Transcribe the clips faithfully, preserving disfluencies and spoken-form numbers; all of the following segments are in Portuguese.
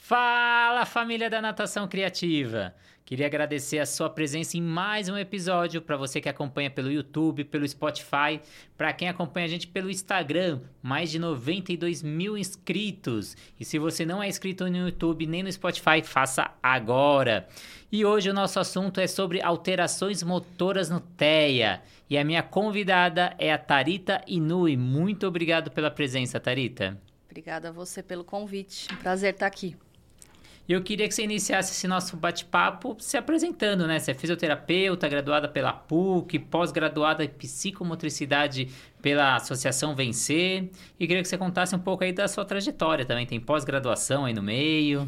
Fala, família da Natação Criativa! Queria agradecer a sua presença em mais um episódio para você que acompanha pelo YouTube, pelo Spotify, para quem acompanha a gente pelo Instagram, mais de noventa e dois mil inscritos. E se você não é inscrito no YouTube nem no Spotify, faça agora! E hoje o nosso assunto é sobre alterações motoras no T E A. E a minha convidada é a Tharita Inui. Muito obrigado pela presença, Tharita. Obrigada a você pelo convite. Um prazer estar aqui. E eu queria que você iniciasse esse nosso bate-papo se apresentando, né? Você é fisioterapeuta, graduada pela P U C, pós-graduada em psicomotricidade pela Associação Vencer. E queria que você contasse um pouco aí da sua trajetória também. Tem pós-graduação aí no meio.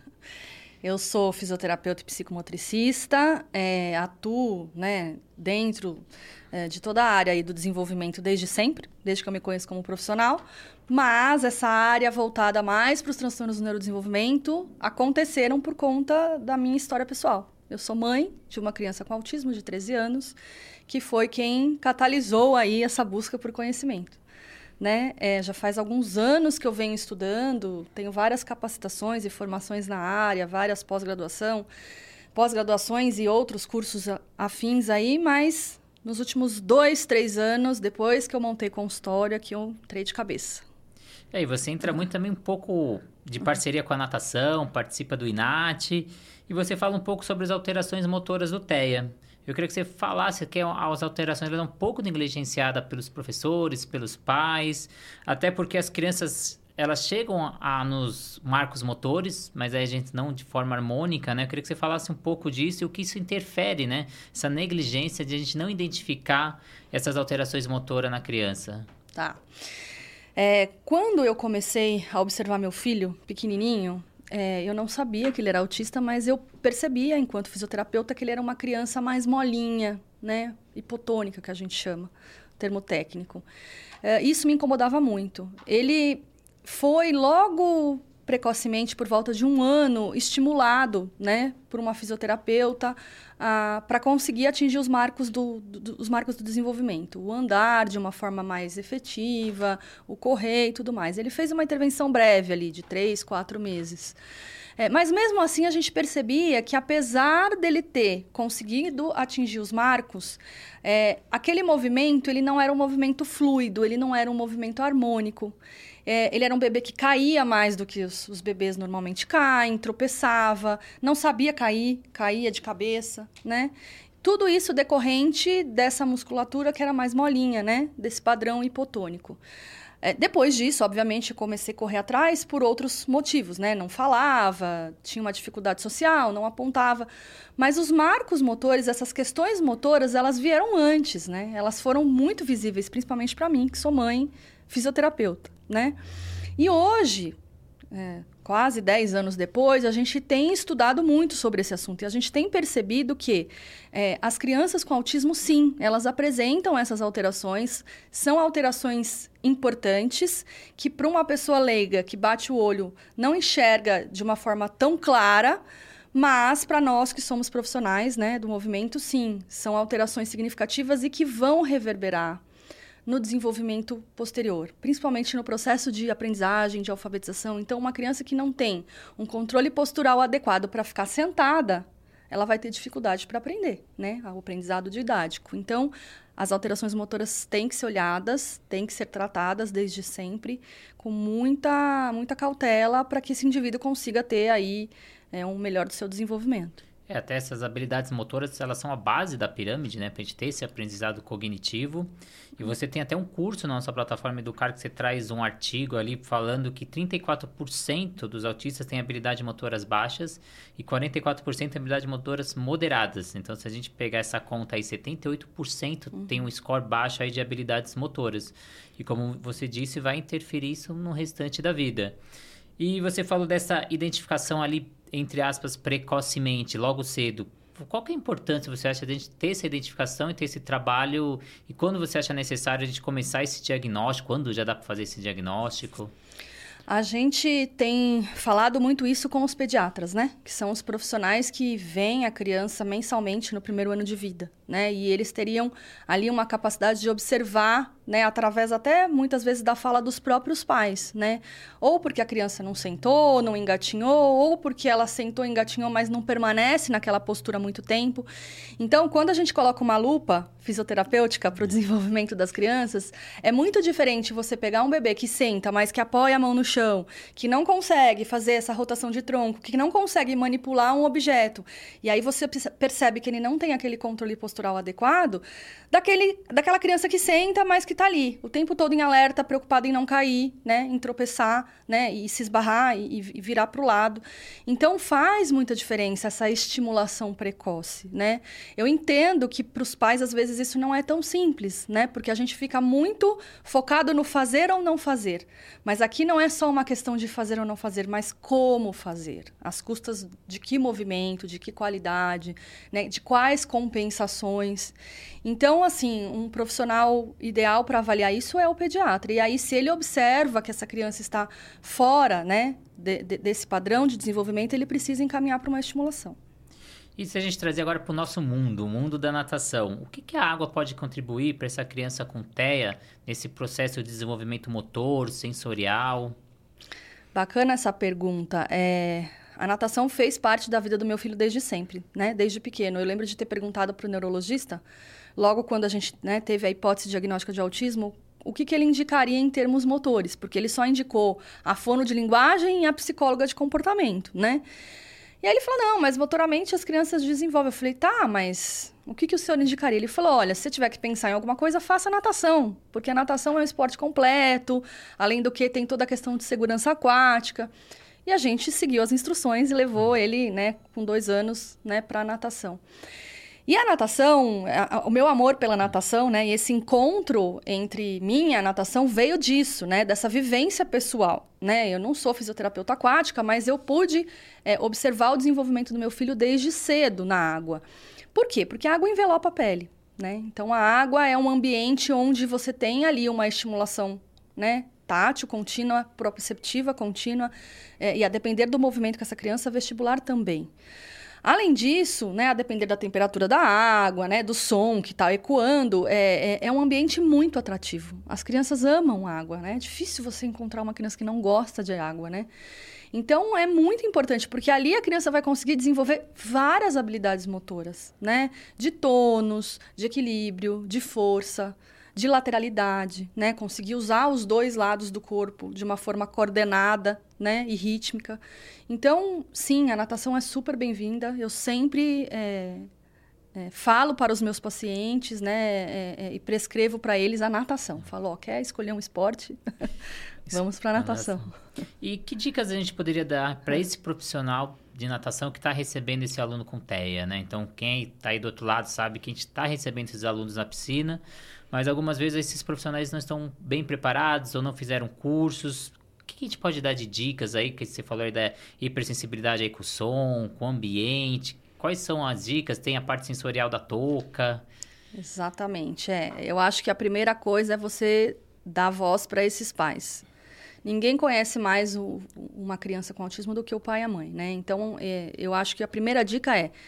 Eu sou fisioterapeuta e psicomotricista, é, atuo, né, dentro é, de toda a área aí do desenvolvimento desde sempre, desde que eu me conheço como profissional. Mas essa área voltada mais para os transtornos do neurodesenvolvimento aconteceram por conta da minha história pessoal. Eu sou mãe de uma criança com autismo de treze anos, que foi quem catalisou aí essa busca por conhecimento. Né? É, já faz alguns anos que eu venho estudando, tenho várias capacitações e formações na área, várias pós-graduação, pós-graduações e outros cursos afins aí, mas nos últimos dois, três anos, depois que eu montei consultório, que eu entrei de cabeça. E aí, você entra muito também um pouco de parceria com a natação, participa do INAT, e você fala um pouco sobre as alterações motoras do T E A. Eu queria que você falasse que as alterações eram um pouco negligenciadas pelos professores, pelos pais, até porque as crianças elas chegam a, nos marcos motores, mas aí a gente não de forma harmônica, né? Eu queria que você falasse um pouco disso e o que isso interfere, né? Essa negligência de a gente não identificar essas alterações motoras na criança. Tá. É, quando eu comecei a observar meu filho pequenininho, É, eu não sabia que ele era autista, mas eu percebia, enquanto fisioterapeuta, que ele era uma criança mais molinha, né? Hipotônica, que a gente chama, termo técnico. É, isso me incomodava muito. Ele foi logo precocemente, por volta de um ano, estimulado, né, por uma fisioterapeuta para conseguir atingir os marcos do, do, os marcos do desenvolvimento. O andar de uma forma mais efetiva, o correr e tudo mais. Ele fez uma intervenção breve ali, de três, quatro meses. É, mas mesmo assim a gente percebia que, apesar dele ter conseguido atingir os marcos, é, aquele movimento ele não era um movimento fluido, ele não era um movimento harmônico. É, ele era um bebê que caía mais do que os, os bebês normalmente caem, tropeçava, não sabia cair, caía de cabeça, né? Tudo isso decorrente dessa musculatura que era mais molinha, né? Desse padrão hipotônico. É, depois disso, obviamente, comecei a correr atrás por outros motivos, né? Não falava, tinha uma dificuldade social, não apontava. Mas os marcos motores, essas questões motoras, elas vieram antes, né? Elas foram muito visíveis, principalmente para mim, que sou mãe, fisioterapeuta, né? E hoje, é, quase dez anos depois, a gente tem estudado muito sobre esse assunto. E a gente tem percebido que é, as crianças com autismo, sim, elas apresentam essas alterações, são alterações importantes, que para uma pessoa leiga que bate o olho não enxerga de uma forma tão clara, mas para nós que somos profissionais, né, do movimento, sim, são alterações significativas e que vão reverberar no desenvolvimento posterior, principalmente no processo de aprendizagem, de alfabetização. Então, uma criança que não tem um controle postural adequado para ficar sentada, ela vai ter dificuldade para aprender, né? O aprendizado didático. Então, as alterações motoras têm que ser olhadas, têm que ser tratadas desde sempre, com muita, muita cautela, para que esse indivíduo consiga ter aí é, um melhor do seu desenvolvimento. É, até essas habilidades motoras, elas são a base da pirâmide, né? Pra gente ter esse aprendizado cognitivo. E você tem até um curso na nossa plataforma Educar, que você traz um artigo ali falando que trinta e quatro por cento dos autistas têm habilidades motoras baixas e quarenta e quatro por cento têm habilidades motoras moderadas. Então, se a gente pegar essa conta aí, setenta e oito por cento uhum. tem um score baixo aí de habilidades motoras. E como você disse, vai interferir isso no restante da vida. E você falou dessa identificação ali, entre aspas, precocemente, logo cedo. Qual que é a importância, você acha, de a gente ter essa identificação e ter esse trabalho? E quando você acha necessário a gente começar esse diagnóstico? Quando já dá para fazer esse diagnóstico? A gente tem falado muito isso com os pediatras, né? Que são os profissionais que veem a criança mensalmente no primeiro ano de vida, né? E eles teriam ali uma capacidade de observar, né? Através até, muitas vezes, da fala dos próprios pais, né? Ou porque a criança não sentou, não engatinhou, ou porque ela sentou, engatinhou, mas não permanece naquela postura há muito tempo. Então, quando a gente coloca uma lupa fisioterapêutica para o desenvolvimento das crianças, é muito diferente você pegar um bebê que senta, mas que apoia a mão no chão, que não consegue fazer essa rotação de tronco, que não consegue manipular um objeto. E aí você percebe que ele não tem aquele controle postural adequado, daquele, daquela criança que senta, mas que está ali, o tempo todo em alerta, preocupada em não cair, né, em tropeçar, né, e se esbarrar e, e virar para o lado. Então, faz muita diferença essa estimulação precoce, né? Eu entendo que para os pais, às vezes, isso não é tão simples, né? Porque a gente fica muito focado no fazer ou não fazer. Mas aqui não é só uma questão de fazer ou não fazer, mas como fazer. Às custas de que movimento, de que qualidade, né? De quais compensações. Então, assim, um profissional ideal para avaliar isso é o pediatra. E aí, se ele observa que essa criança está fora, né, de, de, desse padrão de desenvolvimento, ele precisa encaminhar para uma estimulação. E se a gente trazer agora para o nosso mundo, o mundo da natação, o que, que a água pode contribuir para essa criança com T E A nesse processo de desenvolvimento motor, sensorial? Bacana essa pergunta. É... A natação fez parte da vida do meu filho desde sempre, né? Desde pequeno. Eu lembro de ter perguntado para o neurologista, logo quando a gente, né, teve a hipótese diagnóstica de autismo, o que, que ele indicaria em termos motores, porque ele só indicou a fono de linguagem e a psicóloga de comportamento, né? E aí ele falou, não, mas motoramente as crianças desenvolvem. Eu falei, tá, mas o que, que o senhor indicaria? Ele falou, olha, se você tiver que pensar em alguma coisa, faça natação, porque a natação é um esporte completo, além do que tem toda a questão de segurança aquática. E a gente seguiu as instruções e levou ele, né, com dois anos, né, para a natação. E a natação, a, a, o meu amor pela natação, né, e esse encontro entre mim e a natação veio disso, né, dessa vivência pessoal, né? Eu não sou fisioterapeuta aquática, mas eu pude é, observar o desenvolvimento do meu filho desde cedo na água. Por quê? Porque a água envelopa a pele, né? Então, a água é um ambiente onde você tem ali uma estimulação, né, tátil contínua, proprioceptiva contínua, é, e a depender do movimento com essa criança, vestibular também. Além disso, né, a depender da temperatura da água, né, do som que está ecoando, é, é, é um ambiente muito atrativo. As crianças amam água, né? É difícil você encontrar uma criança que não gosta de água, né? Então, é muito importante, porque ali a criança vai conseguir desenvolver várias habilidades motoras, né? De tônus, de equilíbrio, de força, de lateralidade, né? Conseguir usar os dois lados do corpo de uma forma coordenada, né? E rítmica. Então, sim, a natação é super bem-vinda. Eu sempre é, é, falo para os meus pacientes, né? É, é, e prescrevo para eles a natação. Falo, ó, quer escolher um esporte? Vamos para a natação. E que dicas a gente poderia dar para esse profissional de natação que está recebendo esse aluno com T E A, né? Então, quem está aí do outro lado sabe que a gente está recebendo esses alunos na piscina, mas algumas vezes esses profissionais não estão bem preparados ou não fizeram cursos. O que a gente pode dar de dicas aí, que você falou aí da hipersensibilidade aí com o som, com o ambiente? Quais são as dicas? Tem a parte sensorial da touca? Exatamente, é. Eu acho que a primeira coisa é você dar voz para esses pais. Ninguém conhece mais o, uma criança com autismo do que o pai e a mãe, né? Então, é, eu acho que a primeira dica é: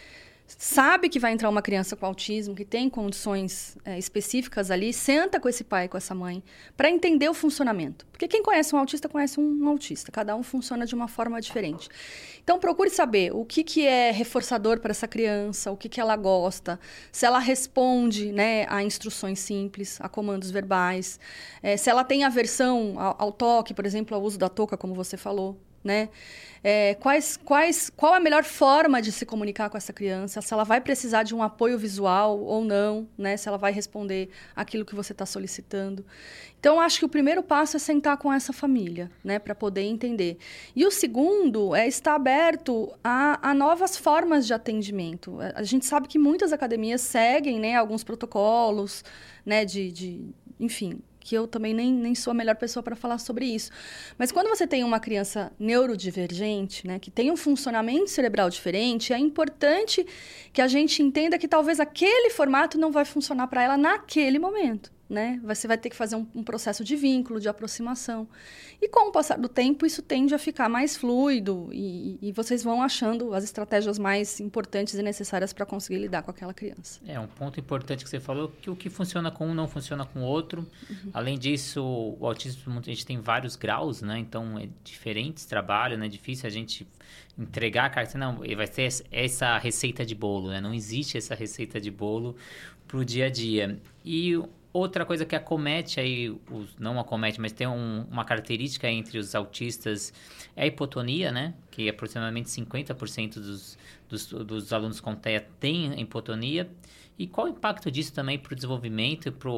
sabe que vai entrar uma criança com autismo, que tem condições é, específicas ali, senta com esse pai e com essa mãe para entender o funcionamento. Porque quem conhece um autista, conhece um autista. Cada um funciona de uma forma diferente. Então, procure saber o que, que é reforçador para essa criança, o que, que ela gosta, se ela responde, né, a instruções simples, a comandos verbais, é, se ela tem aversão ao, ao toque, por exemplo, ao uso da touca, como você falou, né? É, quais, quais, qual a melhor forma de se comunicar com essa criança, se ela vai precisar de um apoio visual ou não, né? Se ela vai responder aquilo que você está solicitando. Então, acho que o primeiro passo é sentar com essa família, né? Para poder entender. E o segundo é estar aberto a, a novas formas de atendimento. A gente sabe que muitas academias seguem, né, alguns protocolos, né, de, de enfim, que eu também nem, nem sou a melhor pessoa para falar sobre isso. Mas quando você tem uma criança neurodivergente, né, que tem um funcionamento cerebral diferente, é importante que a gente entenda que talvez aquele formato não vai funcionar para ela naquele momento. né? Você vai ter que fazer um, um processo de vínculo, de aproximação. E com o passar do tempo, isso tende a ficar mais fluido e, e vocês vão achando as estratégias mais importantes e necessárias para conseguir lidar com aquela criança. É, um ponto importante que você falou, que o que funciona com um não funciona com o outro. Uhum. Além disso, o autismo, a gente tem vários graus, né? Então, é diferentes trabalhos, né? É difícil a gente entregar a carta, não, vai ter essa receita de bolo, né? Não existe essa receita de bolo para o dia a dia. E outra coisa que acomete aí, os, não acomete, mas tem um, uma característica entre os autistas é a hipotonia, né? Que aproximadamente cinquenta por cento dos, dos, dos alunos com T E A têm hipotonia. E qual o impacto disso também para o desenvolvimento e para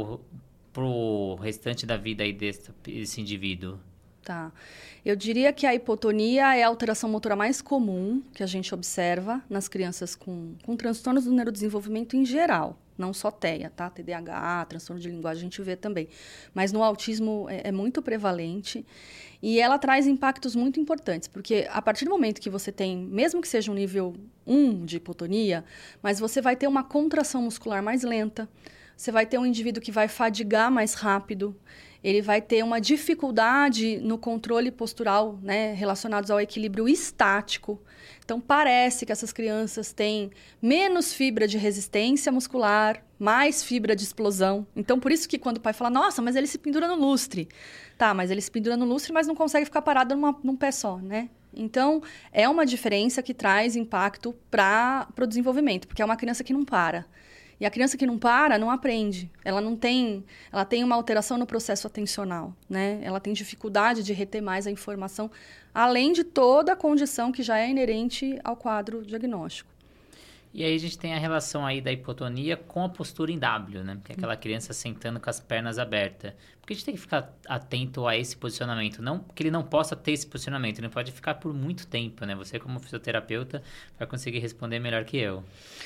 o restante da vida aí desse, desse indivíduo? Tá. Eu diria que a hipotonia é a alteração motora mais comum que a gente observa nas crianças com, com transtornos do neurodesenvolvimento em geral. Não só T E A, tá? T D A H, transtorno de linguagem, a gente vê também. Mas no autismo é, é muito prevalente e ela traz impactos muito importantes, porque a partir do momento que você tem, mesmo que seja um nível um de hipotonia, mas você vai ter uma contração muscular mais lenta, você vai ter um indivíduo que vai fadigar mais rápido, ele vai ter uma dificuldade no controle postural, né, relacionados ao equilíbrio estático. Então, parece que essas crianças têm menos fibra de resistência muscular, mais fibra de explosão. Então, por isso que quando o pai fala, nossa, mas ele se pendura no lustre. Tá, mas ele se pendura no lustre, mas não consegue ficar parado numa, num pé só, né? Então, é uma diferença que traz impacto para o desenvolvimento, porque é uma criança que não para. E a criança que não para, não aprende. Ela não tem... Ela tem uma alteração no processo atencional, né? Ela tem dificuldade de reter mais a informação, além de toda a condição que já é inerente ao quadro diagnóstico. E aí a gente tem a relação aí da hipotonia com a postura em W, né? Que é aquela criança sentando com as pernas abertas. Porque a gente tem que ficar atento a esse posicionamento. Não que ele não possa ter esse posicionamento, ele pode ficar por muito tempo, né? Você, como fisioterapeuta, vai conseguir responder melhor que eu.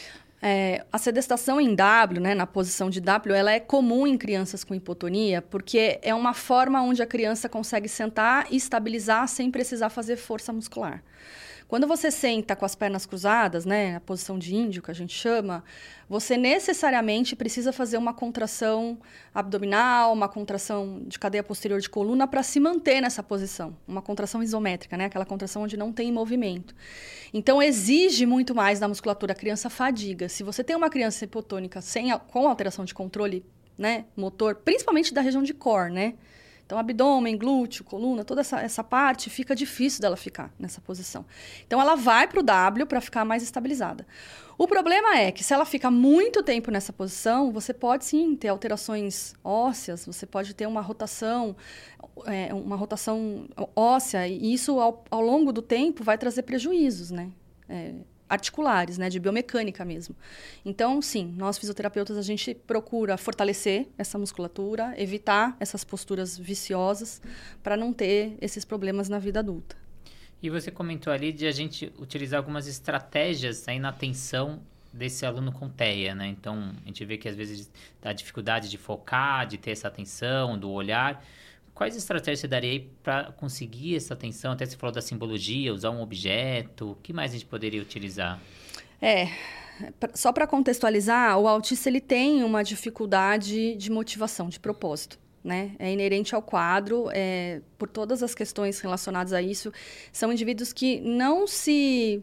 É, a sedestação em W, né, na posição de W, ela é comum em crianças com hipotonia, porque é uma forma onde a criança consegue sentar e estabilizar sem precisar fazer força muscular. Quando você senta com as pernas cruzadas, né, a posição de índio, que a gente chama, você necessariamente precisa fazer uma contração abdominal, uma contração de cadeia posterior de coluna para se manter nessa posição. Uma contração isométrica, né, aquela contração onde não tem movimento. Então, exige muito mais da musculatura. A criança fadiga. Se você tem uma criança hipotônica sem, com alteração de controle, né, motor, principalmente da região de core, né? Então, abdômen, glúteo, coluna, toda essa, essa parte fica difícil dela ficar nessa posição. Então, ela vai para o W para ficar mais estabilizada. O problema é que se ela fica muito tempo nessa posição, você pode sim ter alterações ósseas, você pode ter uma rotação, é, uma rotação óssea, e isso ao, ao longo do tempo vai trazer prejuízos, né? É, articulares, né, de biomecânica mesmo. Então, sim, nós fisioterapeutas, a gente procura fortalecer essa musculatura, evitar essas posturas viciosas para não ter esses problemas na vida adulta. E você comentou ali de a gente utilizar algumas estratégias aí na atenção desse aluno com T E A, né? Então, a gente vê que às vezes dá dificuldade de focar, de ter essa atenção, do olhar. Quais estratégias você daria aí para conseguir essa atenção? Até você falou da simbologia, usar um objeto. O que mais a gente poderia utilizar? É, só para contextualizar, o autista ele tem uma dificuldade de motivação, de propósito, né? É inerente ao quadro, é, por todas as questões relacionadas a isso. São indivíduos que não se,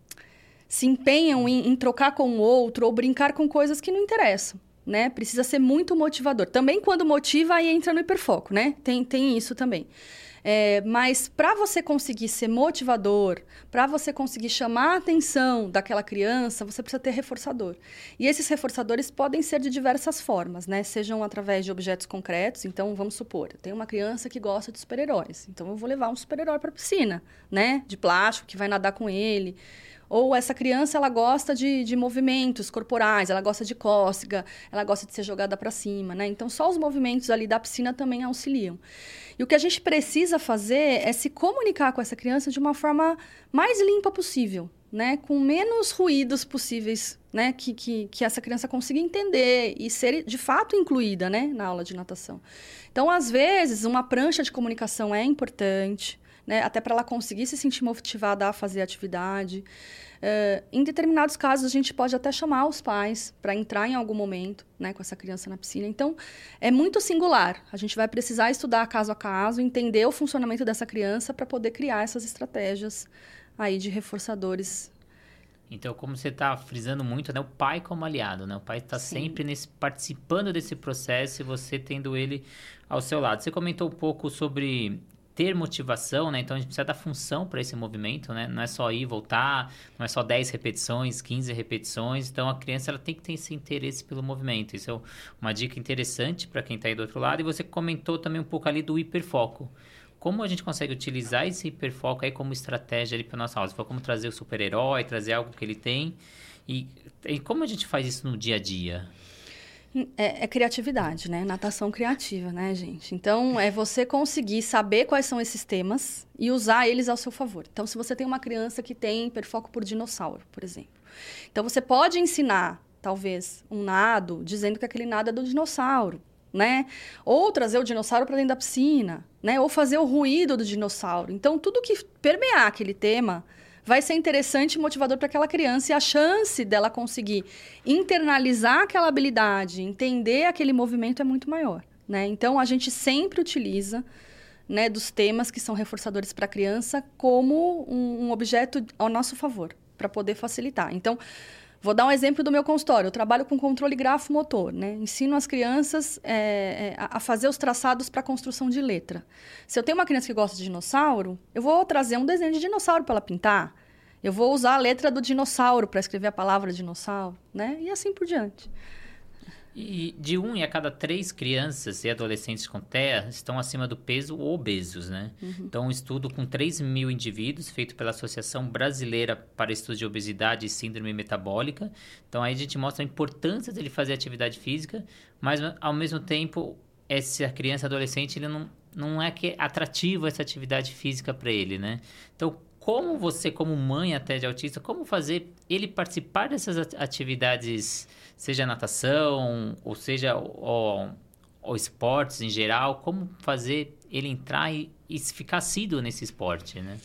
se empenham em, em trocar com o outro ou brincar com coisas que não interessam. Né? Precisa ser muito motivador. Também quando motiva, aí entra no hiperfoco, né? Tem, tem isso também. É, mas para você conseguir ser motivador, para você conseguir chamar a atenção daquela criança, você precisa ter reforçador. E esses reforçadores podem ser de diversas formas, né? Sejam através de objetos concretos. Então, vamos supor, eu tenho uma criança que gosta de super-heróis. Então, eu vou levar um super-herói para a piscina, né? De plástico, que vai nadar com ele. Ou essa criança, ela gosta de, de movimentos corporais, ela gosta de cócega, ela gosta de ser jogada para cima, né? Então, só os movimentos ali da piscina também auxiliam. E o que a gente precisa fazer é se comunicar com essa criança de uma forma mais limpa possível, né? Com menos ruídos possíveis, né? Que, que, que essa criança consiga entender e ser, de fato, incluída, né? Na aula de natação. Então, às vezes, uma prancha de comunicação é importante, né? Até para ela conseguir se sentir motivada a fazer a atividade. Uh, em determinados casos, a gente pode até chamar os pais para entrar em algum momento, né, com essa criança na piscina. Então, é muito singular. A gente vai precisar estudar caso a caso, entender o funcionamento dessa criança para poder criar essas estratégias aí de reforçadores. Então, como você está frisando muito, né, o pai como aliado, né? O pai está sempre nesse, participando desse processo e você tendo ele ao seu lado. Você comentou um pouco sobre ter motivação, né? Então, a gente precisa dar função para esse movimento, né? Não é só ir e voltar, não é só dez repetições, quinze repetições. Então, a criança ela tem que ter esse interesse pelo movimento. Isso é uma dica interessante para quem está aí do outro lado. E você comentou também um pouco ali do hiperfoco. Como a gente consegue utilizar esse hiperfoco aí como estratégia ali para nossa aula? Você falou como trazer o super-herói, trazer algo que ele tem. E, e como a gente faz isso no dia a dia? É, é criatividade, né? Natação criativa, né, gente? Então, é você conseguir saber quais são esses temas e usar eles ao seu favor. Então, se você tem uma criança que tem hiperfoco por dinossauro, por exemplo. Então, você pode ensinar, talvez, um nado, dizendo que aquele nado é do dinossauro, né? Ou trazer o dinossauro para dentro da piscina, né? Ou fazer o ruído do dinossauro. Então, tudo que permear aquele tema vai ser interessante e motivador para aquela criança, e a chance dela conseguir internalizar aquela habilidade, entender aquele movimento é muito maior, né? Então, a gente sempre utiliza, né, dos temas que são reforçadores para a criança como um, um objeto ao nosso favor, para poder facilitar. Então, vou dar um exemplo do meu consultório. Eu trabalho com controle grafo-motor, né? Ensino as crianças é, é, a fazer os traçados para a construção de letra. Se eu tenho uma criança que gosta de dinossauro, eu vou trazer um desenho de dinossauro para ela pintar. Eu vou usar a letra do dinossauro para escrever a palavra dinossauro, né? E assim por diante. E de um em a cada três crianças e adolescentes com T E A estão acima do peso ou obesos, né? Uhum. Então, um estudo com três mil indivíduos, feito pela Associação Brasileira para Estudos de Obesidade e Síndrome Metabólica. Então, aí a gente mostra a importância dele fazer atividade física, mas, ao mesmo tempo, essa criança adolescente, ele não, não é que é atrativo essa atividade física para ele, né? Então, como você, como mãe até de autista, como fazer ele participar dessas atividades, seja natação, ou seja, ou, ou esportes em geral, como fazer ele entrar e, e ficar assíduo nesse esporte, né?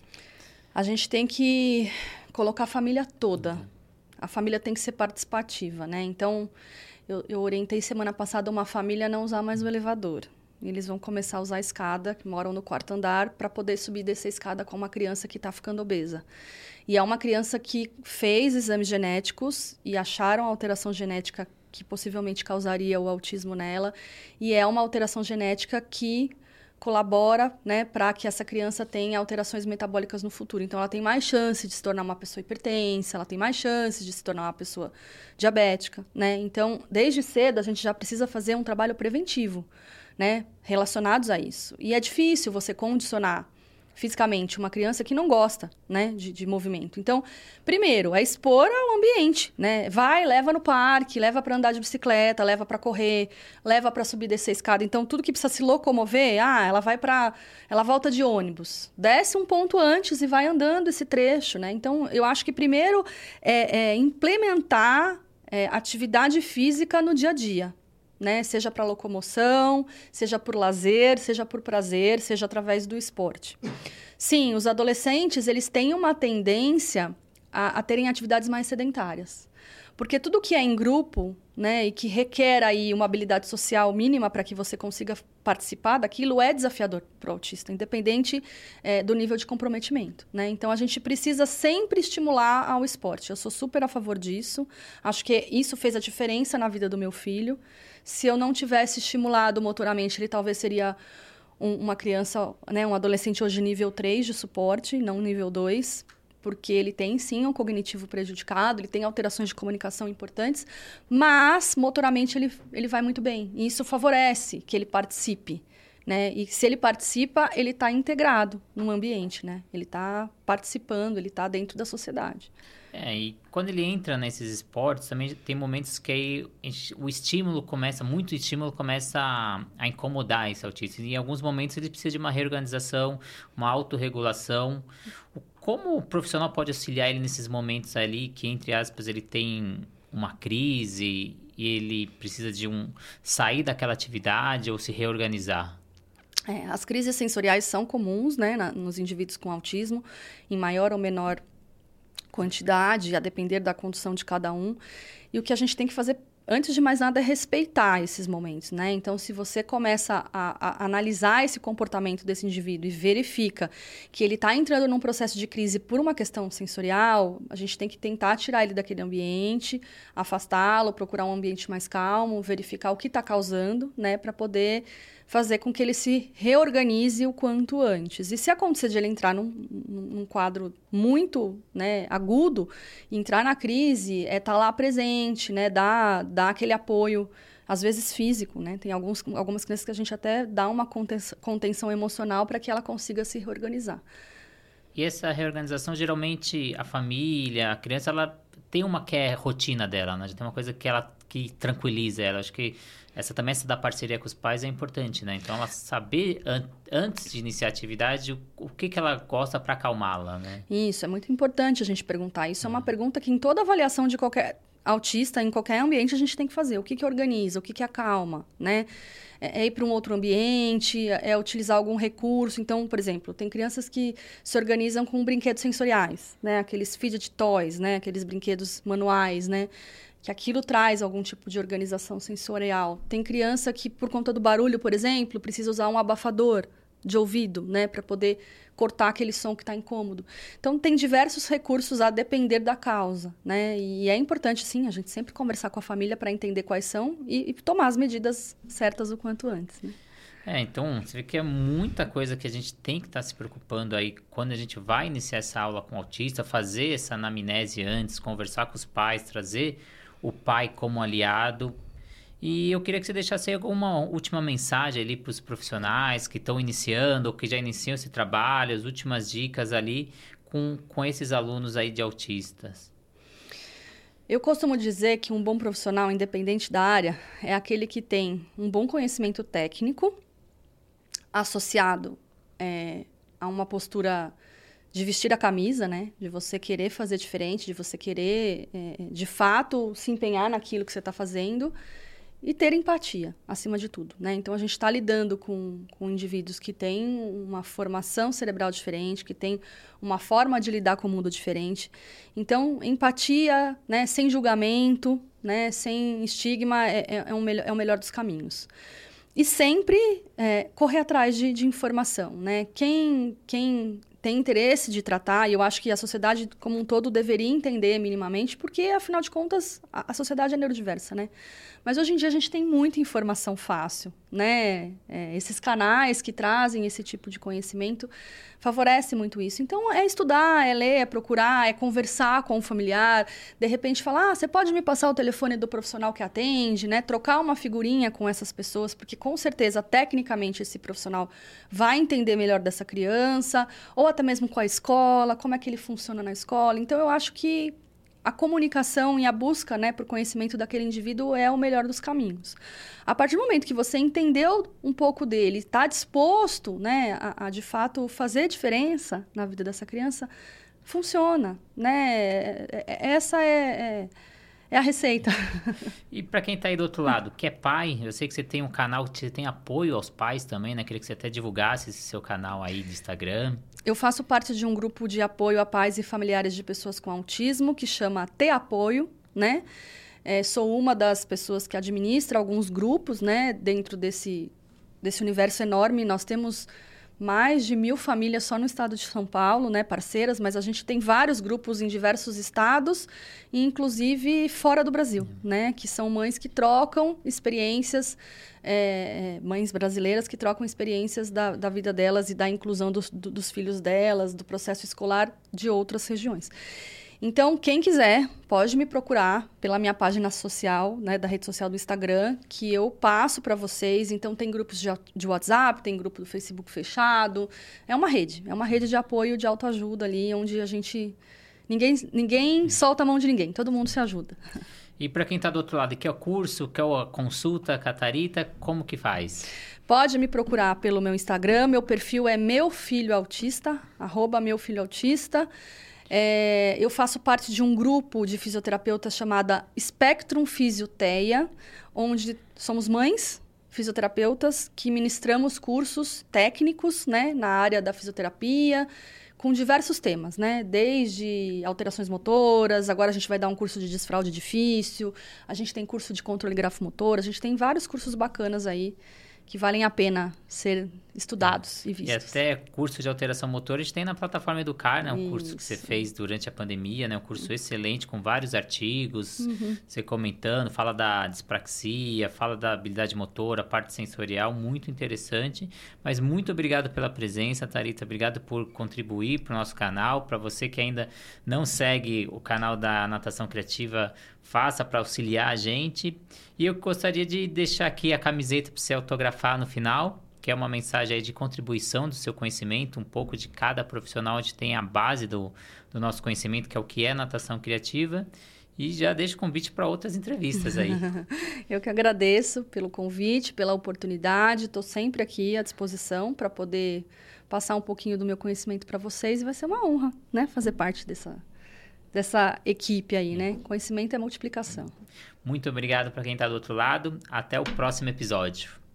A gente tem que colocar a família toda. Uhum. A família tem que ser participativa, né? Então, eu, eu orientei semana passada uma família a não usar mais o elevador. Eles vão começar a usar a escada, que moram no quarto andar, para poder subir e descer a escada com uma criança que está ficando obesa. E é uma criança que fez exames genéticos e acharam a alteração genética que possivelmente causaria o autismo nela. E é uma alteração genética que colabora, né, para que essa criança tenha alterações metabólicas no futuro. Então, ela tem mais chance de se tornar uma pessoa hipertensa, ela tem mais chances de se tornar uma pessoa diabética, né? Então, desde cedo, a gente já precisa fazer um trabalho preventivo, né, relacionados a isso. E é difícil você condicionar fisicamente uma criança que não gosta, né, de, de movimento. Então, primeiro, é expor ao ambiente, né? Vai, leva no parque, leva para andar de bicicleta, leva para correr, leva para subir e descer a escada. Então, tudo que precisa se locomover, ah, ela vai para, ela volta de ônibus. Desce um ponto antes e vai andando esse trecho, né? Então, eu acho que primeiro é, é implementar é, atividade física no dia a dia. Né? Seja para locomoção, seja por lazer, seja por prazer, seja através do esporte. Sim, os adolescentes, eles têm uma tendência a, a terem atividades mais sedentárias. Porque tudo que é em grupo, né, e que requer aí uma habilidade social mínima para que você consiga participar daquilo é desafiador para o autista, independente é, do nível de comprometimento, né? Então, a gente precisa sempre estimular ao esporte. Eu sou super a favor disso. Acho que isso fez a diferença na vida do meu filho. Se eu não tivesse estimulado motoramente, ele talvez seria um, uma criança, né, um adolescente hoje nível três de suporte, não nível dois, porque ele tem, sim, um cognitivo prejudicado, ele tem alterações de comunicação importantes, mas, motoramente, ele, ele vai muito bem. E isso favorece que ele participe, né? E se ele participa, ele está integrado no ambiente, né? Ele está participando, ele está dentro da sociedade. É, e quando ele entra nesses esportes, também tem momentos que aí o estímulo começa, muito estímulo começa a, a incomodar esse autista. E em alguns momentos ele precisa de uma reorganização, uma autorregulação. Como o profissional pode auxiliar ele nesses momentos ali que, entre aspas, ele tem uma crise e ele precisa de um sair daquela atividade ou se reorganizar? É, as crises sensoriais são comuns, né, na, nos indivíduos com autismo, em maior ou menor quantidade, a depender da condição de cada um. E o que a gente tem que fazer, antes de mais nada, é respeitar esses momentos, né? Então, se você começa a, a analisar esse comportamento desse indivíduo e verifica que ele está entrando num processo de crise por uma questão sensorial, a gente tem que tentar tirar ele daquele ambiente, afastá-lo, procurar um ambiente mais calmo, verificar o que está causando, né? Para poder fazer com que ele se reorganize o quanto antes. E se acontecer de ele entrar num, num quadro muito, né, agudo, entrar na crise, é estar lá presente, né, dar, dar aquele apoio, às vezes físico, né? Tem alguns, algumas crianças que a gente até dá uma contenção, contenção emocional para que ela consiga se reorganizar. E essa reorganização, geralmente, a família, a criança, ela tem uma que é rotina dela, né? Tem uma coisa que ela que tranquiliza ela. Acho que essa também, essa da parceria com os pais é importante, né? Então, ela saber, an antes de iniciar a atividade, o, o que, que ela gosta para acalmá-la, né? Isso, é muito importante a gente perguntar. Isso é uma pergunta que em toda avaliação de qualquer autista, em qualquer ambiente, a gente tem que fazer. O que, que organiza, o que, que acalma, né? É, é ir para um outro ambiente, é utilizar algum recurso. Então, por exemplo, tem crianças que se organizam com brinquedos sensoriais, né? Aqueles fidget toys, né? Aqueles brinquedos manuais, né? Que aquilo traz algum tipo de organização sensorial. Tem criança que, por conta do barulho, por exemplo, precisa usar um abafador de ouvido, né, para poder cortar aquele som que está incômodo. Então, tem diversos recursos a depender da causa, né? E é importante, sim, a gente sempre conversar com a família para entender quais são e, e tomar as medidas certas o quanto antes, né? É, então, você vê que é muita coisa que a gente tem que estar tá se preocupando aí quando a gente vai iniciar essa aula com o autista, fazer essa anamnese antes, conversar com os pais, trazer o pai como aliado. E eu queria que você deixasse alguma última mensagem ali para os profissionais que estão iniciando ou que já iniciam esse trabalho, as últimas dicas ali com, com esses alunos aí de autistas. Eu costumo dizer que um bom profissional, independente da área, é aquele que tem um bom conhecimento técnico associado é, a uma postura de vestir a camisa, né? De você querer fazer diferente, de você querer, é, de fato, se empenhar naquilo que você está fazendo e ter empatia, acima de tudo, né? Então, a gente está lidando com, com indivíduos que têm uma formação cerebral diferente, que têm uma forma de lidar com o mundo diferente. Então, empatia, né? Sem julgamento, né? Sem estigma, é, é, é, um, é o melhor dos caminhos. E sempre é, correr atrás de, de informação, né? Quem... quem tem interesse de tratar, e eu acho que a sociedade como um todo deveria entender minimamente, porque, afinal de contas, a, a sociedade é neurodiversa, né? Mas hoje em dia a gente tem muita informação fácil, né? É, esses canais que trazem esse tipo de conhecimento favorecem muito isso. Então, é estudar, é ler, é procurar, é conversar com o familiar, de repente falar, ah, você pode me passar o telefone do profissional que atende, né? Trocar uma figurinha com essas pessoas, porque com certeza, tecnicamente, esse profissional vai entender melhor dessa criança, ou até mesmo com a escola, como é que ele funciona na escola. Então, eu acho que a comunicação e a busca, né, por conhecimento daquele indivíduo é o melhor dos caminhos. A partir do momento que você entendeu um pouco dele, está disposto, né, a, a, de fato, fazer diferença na vida dessa criança, funciona, né? Essa é... é É a receita. E para quem está aí do outro lado, que é pai, eu sei que você tem um canal que você tem apoio aos pais também, né? Queria que você até divulgasse esse seu canal aí de Instagram. Eu faço parte de um grupo de apoio a pais e familiares de pessoas com autismo, que chama T Apoio, né? É, sou uma das pessoas que administra alguns grupos, né? Dentro desse, desse universo enorme. Nós temos mais de mil famílias só no estado de São Paulo, né, parceiras, mas a gente tem vários grupos em diversos estados, inclusive fora do Brasil, né, que são mães que trocam experiências, é, mães brasileiras que trocam experiências da, da vida delas e da inclusão dos, do, dos filhos delas, do processo escolar de outras regiões. Então, quem quiser, pode me procurar pela minha página social, né, da rede social do Instagram, que eu passo para vocês. Então, tem grupos de, de WhatsApp, tem grupo do Facebook fechado. É uma rede, é uma rede de apoio, de autoajuda ali, onde a gente... Ninguém, ninguém solta a mão de ninguém, todo mundo se ajuda. E para quem está do outro lado, quer o curso, quer a consulta, Catarita, como que faz? Pode me procurar pelo meu Instagram, meu perfil é meu filho autista, arroba meu filho autista. É, eu faço parte de um grupo de fisioterapeutas chamada Spectrum Fisioteia, onde somos mães fisioterapeutas que ministramos cursos técnicos, né, na área da fisioterapia, com diversos temas, né? Desde alterações motoras, agora a gente vai dar um curso de desfraude difícil, a gente tem curso de controle grafomotor, a gente tem vários cursos bacanas aí que valem a pena ser estudados e vistos. E até curso de alteração motora a gente tem na plataforma Educar, né? Um Isso. curso que você fez durante a pandemia, né? Um curso excelente, com vários artigos, Uhum. você comentando, fala da dispraxia, fala da habilidade motora, parte sensorial, muito interessante. Mas muito obrigado pela presença, Thalita, obrigado por contribuir para o nosso canal. Para você que ainda não segue o canal da Natação Criativa, faça para auxiliar a gente. E eu gostaria de deixar aqui a camiseta para você autografar no final, que é uma mensagem aí de contribuição do seu conhecimento, um pouco de cada profissional, onde tem a base do, do nosso conhecimento, que é o que é natação criativa. E já deixo o convite para outras entrevistas aí. Eu que agradeço pelo convite, pela oportunidade. Estou sempre aqui à disposição para poder passar um pouquinho do meu conhecimento para vocês. E vai ser uma honra, né, fazer parte dessa, dessa equipe aí, né? Conhecimento é multiplicação. Muito obrigado para quem está do outro lado. Até o próximo episódio.